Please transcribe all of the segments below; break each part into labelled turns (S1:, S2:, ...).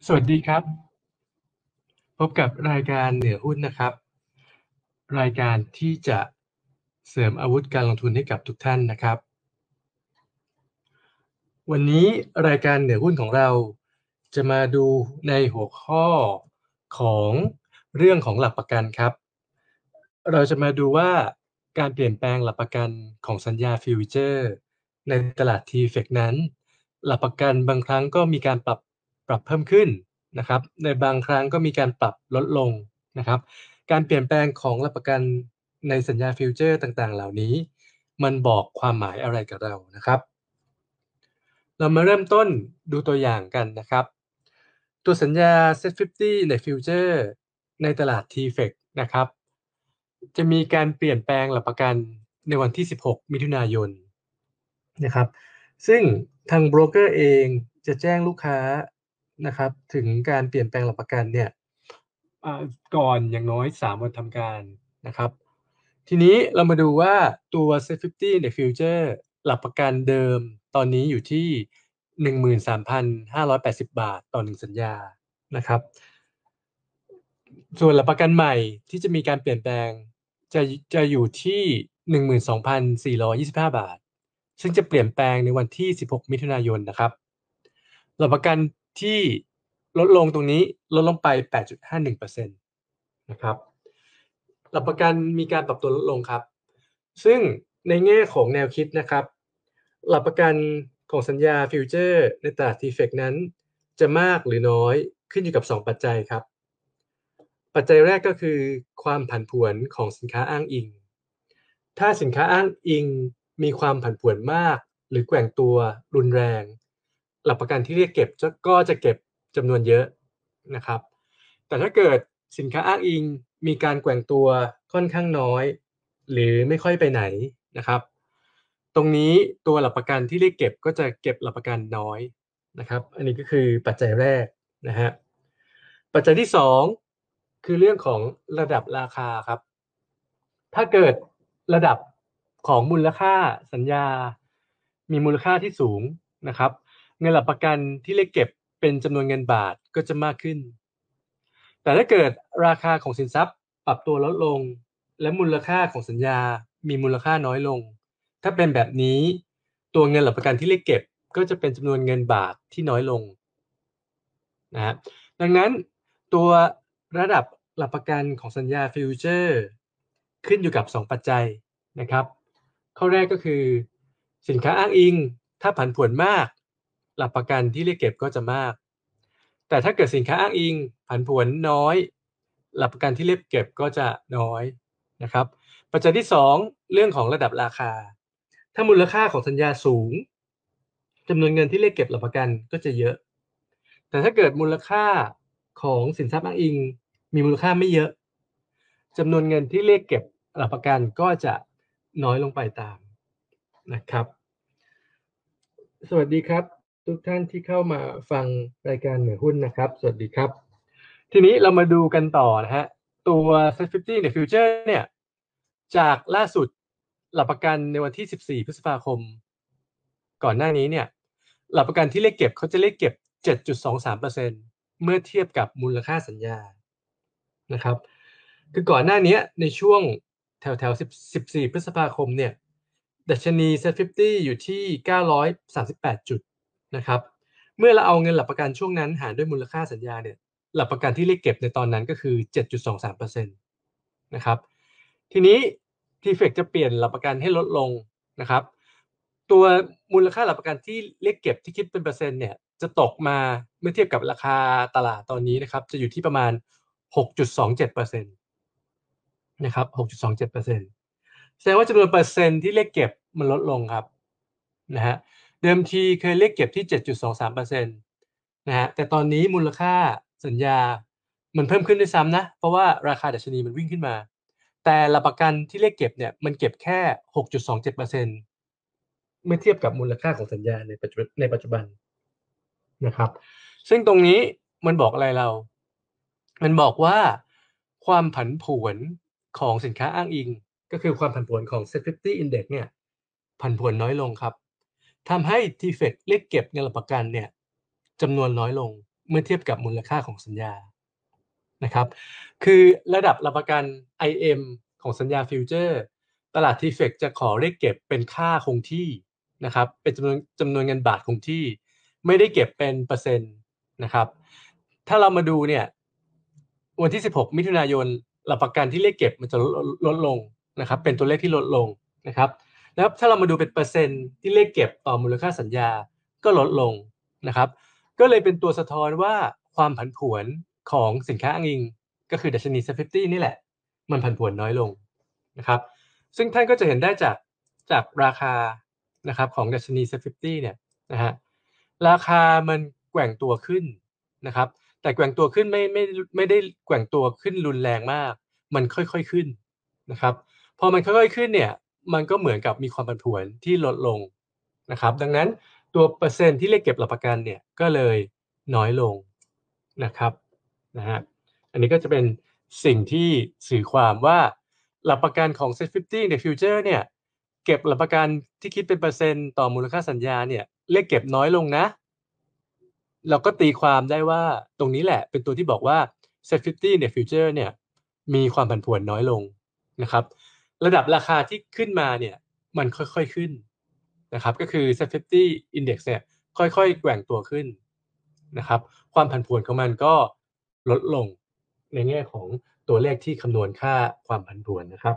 S1: สวัสดีครับพบกับรายการเหนือหุ้นนะครับรายการที่จะเสริมอาวุธการลงทุนให้กับทุกท่านนะครับวันนี้รายการเหนือหุ้นของเราจะมาดูในหัวข้อของเรื่องของหลักประกันครับเราจะมาดูว่าการเปลี่ยนแปลงหลักประกันของสัญญาฟิวเจอร์ในตลาด TFX นั้นหลักประกันบางครั้งก็มีการปรับเพิ่มขึ้นนะครับในบางครั้งก็มีการปรับลดลงนะครับการเปลี่ยนแปลงของหลักประกันในสัญญาฟิวเจอร์ต่างๆเหล่านี้มันบอกความหมายอะไรกับเรานะครับ เรามาเริ่มต้นดูตัวอย่างกันนะครับตัวสัญญา Set 50 Index Future ในตลาด TFX นะครับจะมีการเปลี่ยนแปลงหลักประกันในวันที่16มิถุนายนนะครับซึ่งทางโบรกเกอร์เองจะแจ้งลูกค้านะครับถึงการเปลี่ยนแปลงหลักประกันเนี่ยอ่าก่อนอย่างน้อย3วันทำการนะครับทีนี้เรามาดูว่าตัว Set 50 Index Future หลักประกันเดิมตอนนี้อยู่ที่13,580 บาทต่อ1สัญญานะครับส่วนหลักประกันใหม่ที่จะมีการเปลี่ยนแปลงจะจะอยู่ที่12,425 บาทซึ่งจะเปลี่ยนแปลงในวันที่16มิถุนายนนะครับหลักประกันที่ลดลงตรงนี้ลดลงไป 8.51% นต์นะครับหลักประกันมีการปรับตัวลดลงครับซึ่งในแง่ของแนวคิดนะครับหลักประกันของสัญญาฟิวเจอร์ในตลาด TFX นั้นจะมากหรือน้อยขึ้นอยู่กับ2ปัจจัยครับปัจจัยแรกก็คือความผันผวนของสินค้าอ้างอิงถ้าสินค้าอ้างอิงมีความผันผวนมากหรือแกว่งตัวรุนแรงหลักประกันที่เรียกเก็บก็จะเก็บจำนวนเยอะนะครับแต่ถ้าเกิดสินค้าอ้างอิงมีการแกว่งตัวค่อนข้างน้อยหรือไม่ค่อยไปไหนนะครับตรงนี้ตัวหลักประกันที่เรียกเก็บก็จะเก็บหลักประกันน้อยนะครับอันนี้ก็คือปัจจัยแรกนะฮะปัจจัยที่สองคือเรื่องของระดับราคาครับถ้าเกิดระดับของมูลค่าสัญญามีมูลค่าที่สูงนะครับเงินหลักประกันที่เรียกเก็บเป็นจำนวนเงินบาทก็จะมากขึ้น แต่ถ้าเกิดราคาของสินทรัพย์ปรับตัวลดลงและมูลค่าของสัญญามีมูลค่าน้อยลงถ้าเป็นแบบนี้ตัวเงินหลักประกันที่เรียกเก็บก็จะเป็นจำนวนเงินบาทที่น้อยลงนะฮะดังนั้นตัวระดับหลักประกันของสัญญาฟิวเจอร์ขึ้นอยู่กับ2ปัจจัยนะครับข้อแรกก็คือสินค้าอ้างอิงถ้าผันผวนมากหลักประกันที่เรียกเก็บก็จะมาก แต่ถ้าเกิดสินค้าอ้างอิงผันผวนน้อยหลักประกันที่เรียกเก็บก็จะน้อยนะครับปัจจัยที่สองเรื่องของระดับราคาถ้ามูลค่าของสัญญาสูงจำนวนเงินที่เรียกเก็บหลักประกันก็จะเยอะแต่ถ้าเกิดมูลค่าของสินทรัพย์อ้างอิงมีมูลค่าไม่เยอะจำนวนเงินที่เรียกเก็บหลักประกันก็จะน้อยลงไปตามนะครับสวัสดีครับทุกท่านที่เข้ามาฟังรายการเหนือหุ้นนะครับสวัสดีครับ ทีนี้เรามาดูกันต่อนะฮะตัว Set 50 ใน Future เนี่ยจากล่าสุดหลักประกันในวันที่14พฤษภาคมก่อนหน้านี้เนี่ยหลักประกันที่เรียกเก็บเขาจะเรียกเก็บ 7.23% เมื่อเทียบกับมูลค่าสัญญานะครับคือก่อนหน้านี้ในช่วงแถว14พฤษภาคมเนี่ยดัชนี Set 50 อยู่ที่938จุดนะครับเมื่อเราเอาเงินหลักประกันช่วงนั้นหารด้วยมูลค่าสัญญาเนี่ย หลักประกันที่เรียกเก็บในตอนนั้นก็คือ 7.23%นะครับทีนี้ TFX จะเปลี่ยนหลักประกันให้ลดลงนะครับตัวมูลค่าหลักประกันที่เรียกเก็บที่คิดเป็นเปอร์เซ็นต์เนี่ยจะตกมาเมื่อเทียบกับราคาตลาดตอนนี้นะครับจะอยู่ที่ประมาณ 6.27%นะครับ6.27%แสดงว่าจำนวนเปอร์เซ็นต์ที่เรียกเก็บมันลดลงครับนะฮะเดิมทีเคยเรียกเก็บที่ 7.23%นะฮะแต่ตอนนี้มูลค่าสัญญามันเพิ่มขึ้นด้วยซ้ำนะเพราะว่าราคาดัชนีมันวิ่งขึ้นมาแต่หลักประกันที่เรียกเก็บเนี่ยมันเก็บแค่ 6.27%เมื่อเทียบกับมูลค่าของสัญญาในปัจจุบันนะครับซึ่งตรงนี้มันบอกอะไรเรา มันบอกว่าความผันผวนของสินค้าอ้างอิงก็คือความผันผวนของ Safety Index เนี่ยผันผวนน้อยลงครับทำให้ TFX เรียกเก็บเงินหลักประกันเนี่ยจำนวนน้อยลงเมื่อเทียบกับมูลค่าของสัญญานะครับคือระดับหลักประกัน IM ของสัญญาฟิวเจอร์ตลาดทีเฟกจะขอเรียกเก็บเป็นค่าคงที่นะครับเป็นจำนวนเงินบาทคงที่ไม่ได้เก็บเป็นเปอร์เซ็นต์นะครับถ้าเรามาดูเนี่ยวันที่16มิถุนายนหลักประกันที่เรียกเก็บมันจะลดลงนะครับเป็นตัวเลขที่ลดลงนะครับแล้วถ้าเรามาดูเป็นเปอร์เซ็นต์ที่เรียกเก็บต่อมูลค่าสัญญาก็ลดลงนะครับก็เลยเป็นตัวสะท้อนว่าความผันผวนของสินค้าอ้างอิงก็คือดัชนี Safety นี่แหละมันผันผวนน้อยลงนะครับซึ่งท่านก็จะเห็นได้จากราคานะครับของดัชนี Safety เนี่ยนะฮะราคามันแกว่งตัวขึ้นนะครับแต่แกว่งตัวขึ้นไม่ได้แกว่งตัวขึ้นรุนแรงมากมันค่อยๆขึ้นนะครับพอมันค่อยๆขึ้นเนี่ยมันก็เหมือนกับมีความผันผวนที่ลดลงนะครับดังนั้นตัวเปอร์เซ็นต์ที่เรียกเก็บหลักประกันเนี่ยก็เลยน้อยลงนะครับนะฮะอันนี้ก็จะเป็นสิ่งที่สื่อความว่าหลักประกันของ Set50 ใน Future เนี่ยเก็บหลักประกันที่คิดเป็นเปอร์เซ็นต์ต่อมูลค่าสัญญาเนี่ยเรียกเก็บน้อยลงนะเราก็ตีความได้ว่าตรงนี้แหละเป็นตัวที่บอกว่า Set50 ใน Future เนี่ยมีความผันผวนน้อยลงนะครับระดับราคาที่ขึ้นมาเนี่ยมันค่อยๆขึ้นนะครับก็คือ Set50 Index เนี่ยค่อยๆแกว่งตัวขึ้นนะครับความผันผวนของมันก็ลดลงในแง่ของตัวเลขที่คำนวณค่าความผันผวนนะครับ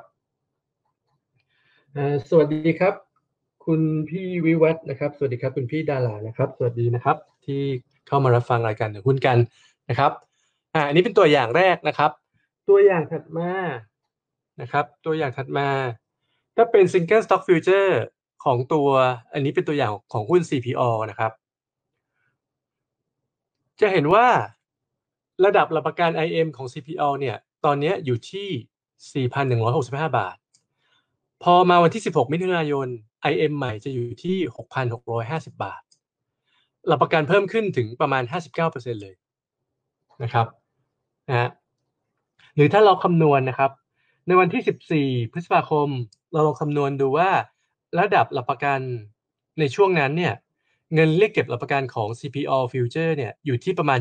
S1: สวัสดีครับคุณพี่วิวัฒน์นะครับสวัสดีครับคุณพี่ดารานะครับสวัสดีนะครับที่เข้ามารับฟังรายการหุ้นกันนะครับอันนี้เป็นตัวอย่างแรกนะครับตัวอย่างถัดมานะครับตัวอย่างถัดมาถ้าเป็น Single Stock Future ของตัวอันนี้เป็นตัวอย่างของหุ้น CPO นะครับจะเห็นว่าระดับหลักประกัน IM ของ CPO เนี่ยตอนนี้อยู่ที่ 4,165 บาทพอมาวันที่16มิถุนายน IM ใหม่จะอยู่ที่ 6,650 บาทหลักประกันเพิ่มขึ้นถึงประมาณ 59% เลยนะครับนะฮะหรือถ้าเราคำนวณนะครับในวันที่14พฤษภาคมเราลองคำนวณดูว่าระดับหลักประกันในช่วงนั้นเนี่ยเงินเรียกเก็บหลักประกันของ CPO Future เนี่ยอยู่ที่ประมาณ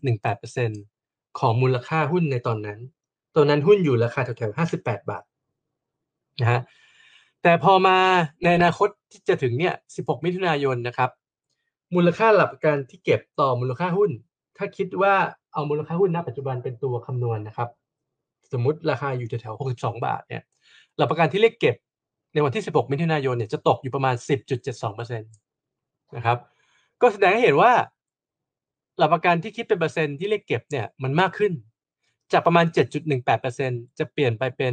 S1: 7.18% ของมูลค่าหุ้นในตอนนั้นหุ้นอยู่ราคาแถวๆ58 บาทนะฮะแต่พอมาในอนาคตที่จะถึงเนี่ย16มิถุนายนนะครับมูลค่าหลักประกันที่เก็บต่อมูลค่าหุ้นถ้าคิดว่าเอามูลค่าหุ้นณปัจจุบันเป็นตัวคำนวณนะครับสมมุติราคาอยู่แถวๆ62 บาทเนี่ยหลักประกันที่เรียกเก็บในวันที่16มิถุนายนเนี่ยจะตกอยู่ประมาณ 10.72% นะครับก็แสดงให้เห็นว่าหลักประกันที่คิดเป็นเปอร์เซ็นต์ที่เรียกเก็บเนี่ยมันมากขึ้นจากประมาณ 7.18% จะเปลี่ยนไปเป็น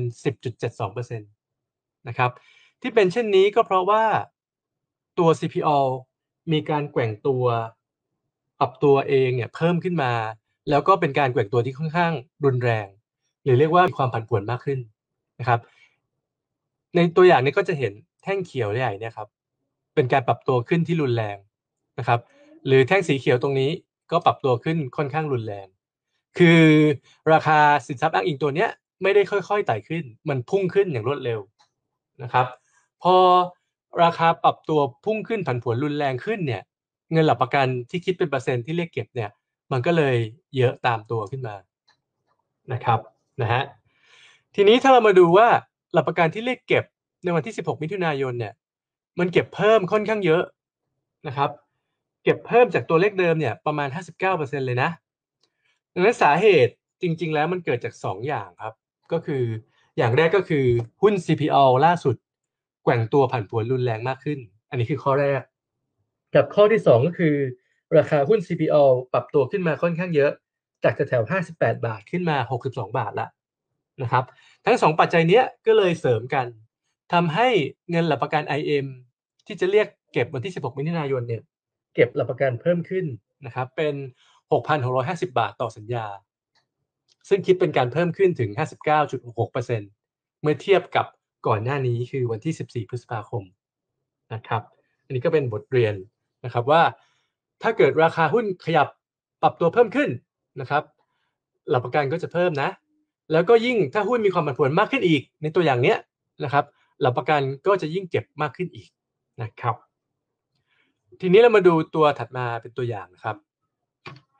S1: 10.72% นะครับที่เป็นเช่นนี้ก็เพราะว่าตัว CPO มีการแกว่งตัวปรับตัวเองเนี่ยเพิ่มขึ้นมาแล้วก็เป็นการแกว่งตัวที่ค่อนข้างรุนแรงหรือเรียกว่ามีความผันผวนมากขึ้นนะครับในตัวอย่างนี้ก็จะเห็นแท่งเขียวใหญ่เนี่ยครับเป็นการปรับตัวขึ้นที่รุนแรงนะครับหรือแท่งสีเขียวตรงนี้ก็ปรับตัวขึ้นค่อนข้างรุนแรงคือราคาสินทรัพย์อ้างอิงตัวเนี้ยไม่ได้ค่อยๆไต่ขึ้นมันพุ่งขึ้นอย่างรวดเร็วนะครับพอราคาปรับตัวพุ่งขึ้นผันผวนรุนแรงขึ้นเนี่ยเงินหลักประกันที่คิดเป็นเปอร์เซ็นต์ที่เรียกเก็บเนี่ยมันก็เลยเยอะตามตัวขึ้นมานะครับนะฮะทีนี้ถ้าเรามาดูว่าหลักประกันที่เรียกเก็บในวันที่16มิถุนายนเนี่ยมันเก็บเพิ่มค่อนข้างเยอะนะครับเก็บเพิ่มจากตัวเลขเดิมเนี่ยประมาณ 59% เลยนะดังนั้นสาเหตุจริงๆแล้วมันเกิดจาก2อย่างครับก็คืออย่างแรกก็คือหุ้น CPO ล่าสุดแกว่งตัวผันผวนรุนแรงมากขึ้นอันนี้คือข้อแรกกับข้อที่2ก็คือราคาหุ้น CPO ปรับตัวขึ้นมาค่อนข้างเยอะจากแถวๆ58 บาทขึ้นมา62 บาทละนะครับทั้ง2ปัจจัยเนี้ยก็เลยเสริมกันทำให้เงินหลักประกัน IM ที่จะเรียกเก็บวันที่16มิถุนายนเนี่ยเก็บหลักประกันเพิ่มขึ้นนะครับเป็น 6,650 บาทต่อสัญญาซึ่งคิดเป็นการเพิ่มขึ้นถึง 59.66% เมื่อเทียบกับก่อนหน้านี้คือวันที่14พฤษภาคมนะครับอันนี้ก็เป็นบทเรียนนะครับว่าถ้าเกิดราคาหุ้นขยับปรับตัวเพิ่มขึ้นนะครับหลักประกันก็จะเพิ่มนะแล้วก็ยิ่งถ้าหุ้นมีความผันผวนมากขึ้นอีกในตัวอย่างเนี้ยนะครับหลักประกันก็จะยิ่งเก็บมากขึ้นอีกนะครับทีนี้เรามาดูตัวถัดมาเป็นตัวอย่างนะครับ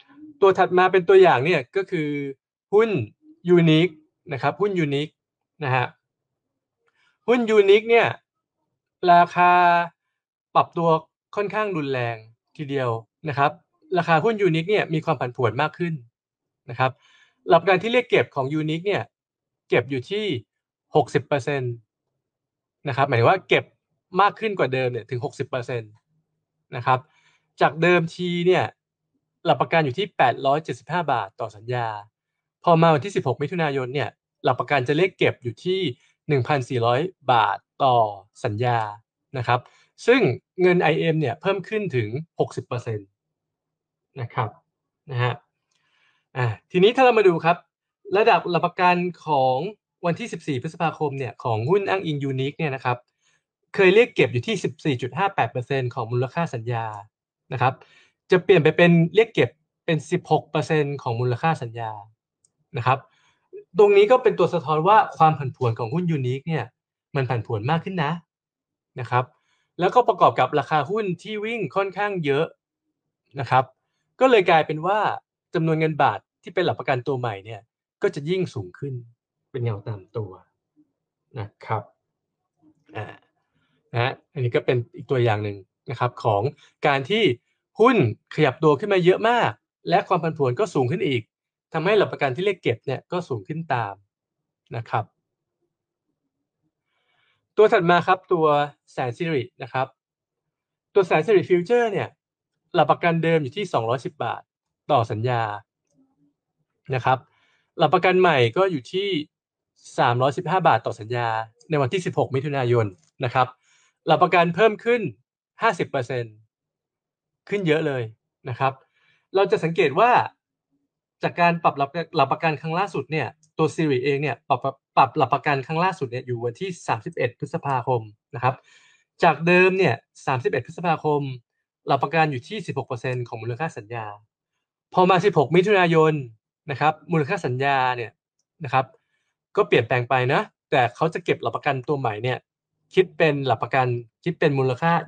S1: ตัวถัดมาเป็นตัวอย่างเนี่ยก็คือหุ้นยูนิคนะครับหุ้นยูนิคนะฮะหุ้นยูนิคเนี่ยราคาปรับตัวค่อนข้างรุนแรงทีเดียวนะครับราคาหุ้นยูนิคเนี่ยมีความผันผวนมากขึ้นนะครับหลักการที่เรียกเก็บของยูนิคเนี่ยเก็บอยู่ที่60%นะครับหมายถึงว่าเก็บมากขึ้นกว่าเดิมเนี่ยถึง60%นะครับจากเดิมทีเนี่ยหลักประกันอยู่ที่875 บาทต่อสัญญาพอมาวันที่16มิถุนายนเนี่ยหลักประกันจะเรียกเก็บอยู่ที่1,400 บาทต่อสัญญานะครับซึ่งเงิน IM เนี่ยเพิ่มขึ้นถึง60%นะครับนะฮะทีนี้ถ้าเรามาดูครับระดับหลักประกันของวันที่14พฤษภาคมเนี่ยของหุ้นอ้างอิงยูนิคเนี่ยนะครับเคยเรียกเก็บอยู่ที่ 14.58% ของมูลค่าสัญญานะครับจะเปลี่ยนไปเป็นเรียกเก็บเป็น 16% ของมูลค่าสัญญานะครับตรงนี้ก็เป็นตัวสะท้อนว่าความผันผวนของหุ้นยูนิคเนี่ยมันผันผวนมากขึ้นนะครับแล้วก็ประกอบกับราคาหุ้นที่วิ่งค่อนข้างเยอะนะครับก็เลยกลายเป็นว่าจำนวนเงินบาทที่เป็นหลักประกันตัวใหม่เนี่ยก็จะยิ่งสูงขึ้นเป็นเงาตามตัวนะครับอ่าอันนี้ก็เป็นอีกตัวอย่างหนึ่งนะครับของการที่หุ้นขยับตัวขึ้นมาเยอะมากและความผันผวนก็สูงขึ้นอีกทำให้หลักประกันที่เรียกเก็บเนี่ยก็สูงขึ้นตามนะครับตัวถัดมาครับตัวแสนสิรินะครับตัวแสนสิริฟิวเจอร์เนี่ยหลักประกันเดิมอยู่ที่210 บาทต่อสัญญานะครับหลักประกันใหม่ก็อยู่ที่315 บาทต่อสัญญาในวันที่16มิถุนายนนะครับหลักประกันเพิ่มขึ้น50%ขึ้นเยอะเลยนะครับเราจะสังเกตว่าจากการปรับหลักประกันครั้งล่าสุดเนี่ยตัว Siri เองเนี่ยปรับหลักประกันครั้งล่าสุดเนี่ยอยู่วันที่31พฤษภาคมนะครับจากเดิมเนี่ย31พฤษภาคมหลักประกันอยู่ที่16%ของมูลค่าสัญญาพอมา16มิถุนายนนะครับมูลค่าสัญญาเนี่ยนะครับก็เปลี่ยนแปลงไปนะแต่เขาจะเก็บหลักประกันตัวใหม่เนี่ยคิดเป็นหลักประกันคิดเป็นมูลค่า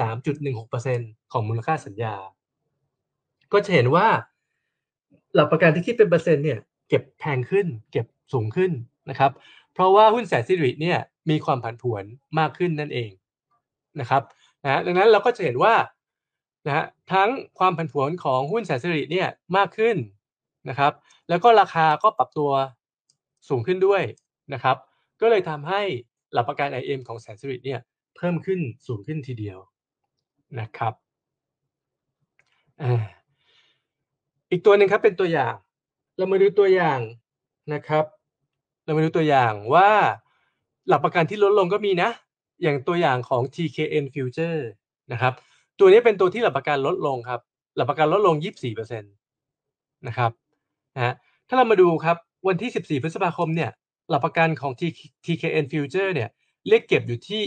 S1: 23.16%ของมูลค่าสัญญาก็จะเห็นว่าหลักประกันที่คิดเป็นเปอร์เซ็นต์เนี่ยเก็บแพงขึ้นเก็บสูงขึ้นนะครับเพราะว่าหุ้นแสนสิริเนี่ยมีความผันผวนมากขึ้นนั่นเองนะครับดังนั้นเราก็จะเห็นว่านะฮะทั้งความผันผวนของหุ้นแสนสิริเนี่ยมากขึ้นนะครับแล้วก็ราคาก็ปรับตัวสูงขึ้นด้วยนะครับก็เลยทำให้หลักประกัน IM ของแสนสิริเนี่ยเพิ่มขึ้นสูงขึ้นทีเดียวนะครับอ่า อีกตัวหนึ่งครับเป็นตัวอย่างเรามาดูตัวอย่างนะครับเรามาดูตัวอย่างว่าหลักประกันที่ลดลงก็มีนะอย่างตัวอย่างของ TKN Future นะครับตัวนี้เป็นตัวที่หลักประกันลดลงครับหลักประกันลดลง24%นะครับนะฮะถ้าเรามาดูครับวันที่14พฤษภาคมเนี่ยหลักประกันของ TKN Future เนี่ยเรียกเก็บอยู่ที่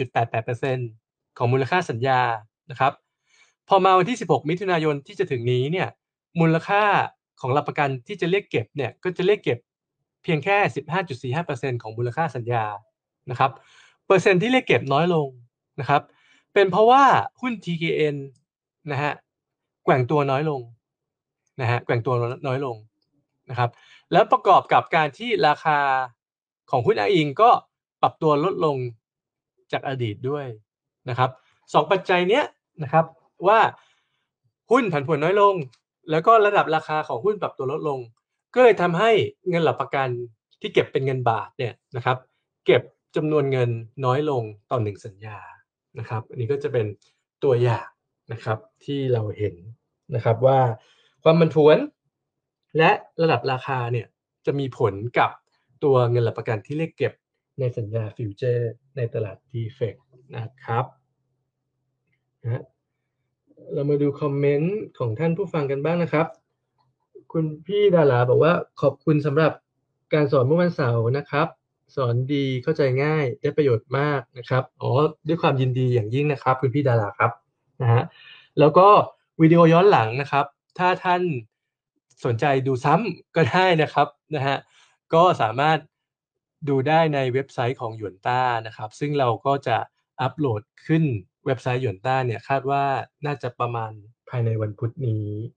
S1: 21.88%ของมูลค่าสัญญานะครับพอมาวันที่16มิถุนายนที่จะถึงนี้เนี่ย มูลค่าของหลักประกันที่จะเรียกเก็บเนี่ยก็จะเรียกเก็บเพียงแค่ 15.45% ของมูลค่าสัญญานะครับเปอร์เซ็นต์ที่เรียกเก็บน้อยลงนะครับเป็นเพราะว่าหุ้น TKN นะฮะแกว่งตัวน้อยลงนะฮะแกว่งตัวน้อยลงนะครับแล้วประกอบกับการที่ราคาของหุ้นอ้างอิงก็ปรับตัวลดลงจากอดีตด้วยนะครับสองปัจจัยเนี้ยนะครับว่าหุ้นผันผวนน้อยลง แล้วก็ระดับราคาของหุ้นปรับตัวลดลงก็เลยทำให้เงินหลักประกันที่เก็บเป็นเงินบาทเนี่ยนะครับเก็บจำนวนเงินน้อยลงต่อ1สัญญานะครับอันนี้ก็จะเป็นตัวอย่างนะครับที่เราเห็นนะครับว่าความผันผวนและระดับราคาเนี่ยจะมีผลกับตัวเงินหลักประกันที่เรียกเก็บในสัญญาฟิวเจอร์ในตลาด DFX นะครับนะ เรามาดูคอมเมนต์ของท่านผู้ฟังกันบ้างนะครับคุณพี่ดาราบอกว่าขอบคุณสำหรับการสอนเมื่อวันเสาร์นะครับสอนดีเข้าใจง่ายได้ประโยชน์มากนะครับด้วยความยินดีอย่างยิ่งนะครับคุณพี่ดาราครับนะฮะแล้วก็วิดีโอย้อนหลังนะครับถ้าท่านสนใจดูซ้ำก็ได้นะครับนะฮะก็สามารถดูได้ในเว็บไซต์ของหยวนต้านะครับซึ่งเราก็จะอัปโหลดขึ้นเว็บไซต์หยวนต้าเนี่ยคาดว่าน่าจะประมาณภายในวันพุธนี้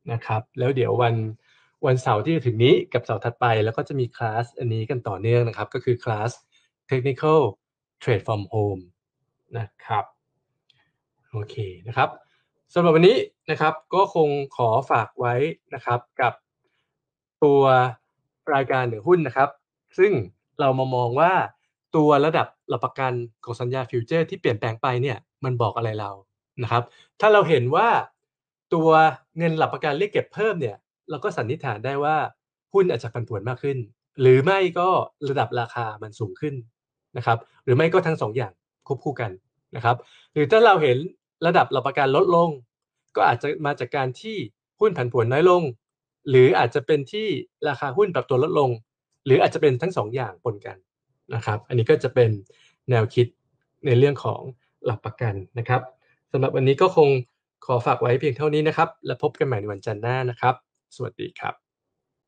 S1: นะครับแล้วเดี๋ยววันเสาร์ที่จะถึงนี้กับเสาร์ถัดไปแล้วก็จะมีคลาสอันนี้กันต่อเนื่องนะครับก็คือคลาส Technical Trade from Home นะครับโอเคนะครับสำหรับวันนี้นะครับก็คงขอฝากไว้นะครับกับตัวรายการหรือหุ้นนะครับซึ่งเรามามองว่าตัวระดับหลักประกันของสัญญาฟิวเจอร์ที่เปลี่ยนแปลงไปเนี่ยมันบอกอะไรเรานะครับถ้าเราเห็นว่าตัวเงินหลักประกันเรียกเก็บเพิ่มเนี่ยเราก็สันนิษฐานได้ว่าหุ้นอาจจะผันผวนมากขึ้นหรือไม่ก็ระดับราคามันสูงขึ้นนะครับหรือไม่ก็ทั้งสองอย่างควบคู่กันนะครับหรือถ้าเราเห็นระดับหลักประกันลดลงก็อาจจะมาจากการที่หุ้นผันผวนน้อยลงหรืออาจจะเป็นที่ราคาหุ้นปรับตัวลดลงหรืออาจจะเป็นทั้งสองอย่างปนกันนะครับอันนี้ก็จะเป็นแนวคิดในเรื่องของหลักประกันนะครับสำหรับวันนี้ก็คงขอฝากไว้เพียงเท่านี้นะครับและพบกันใหม่ในวันจันทร์หน้านะครับสวัสดีครับ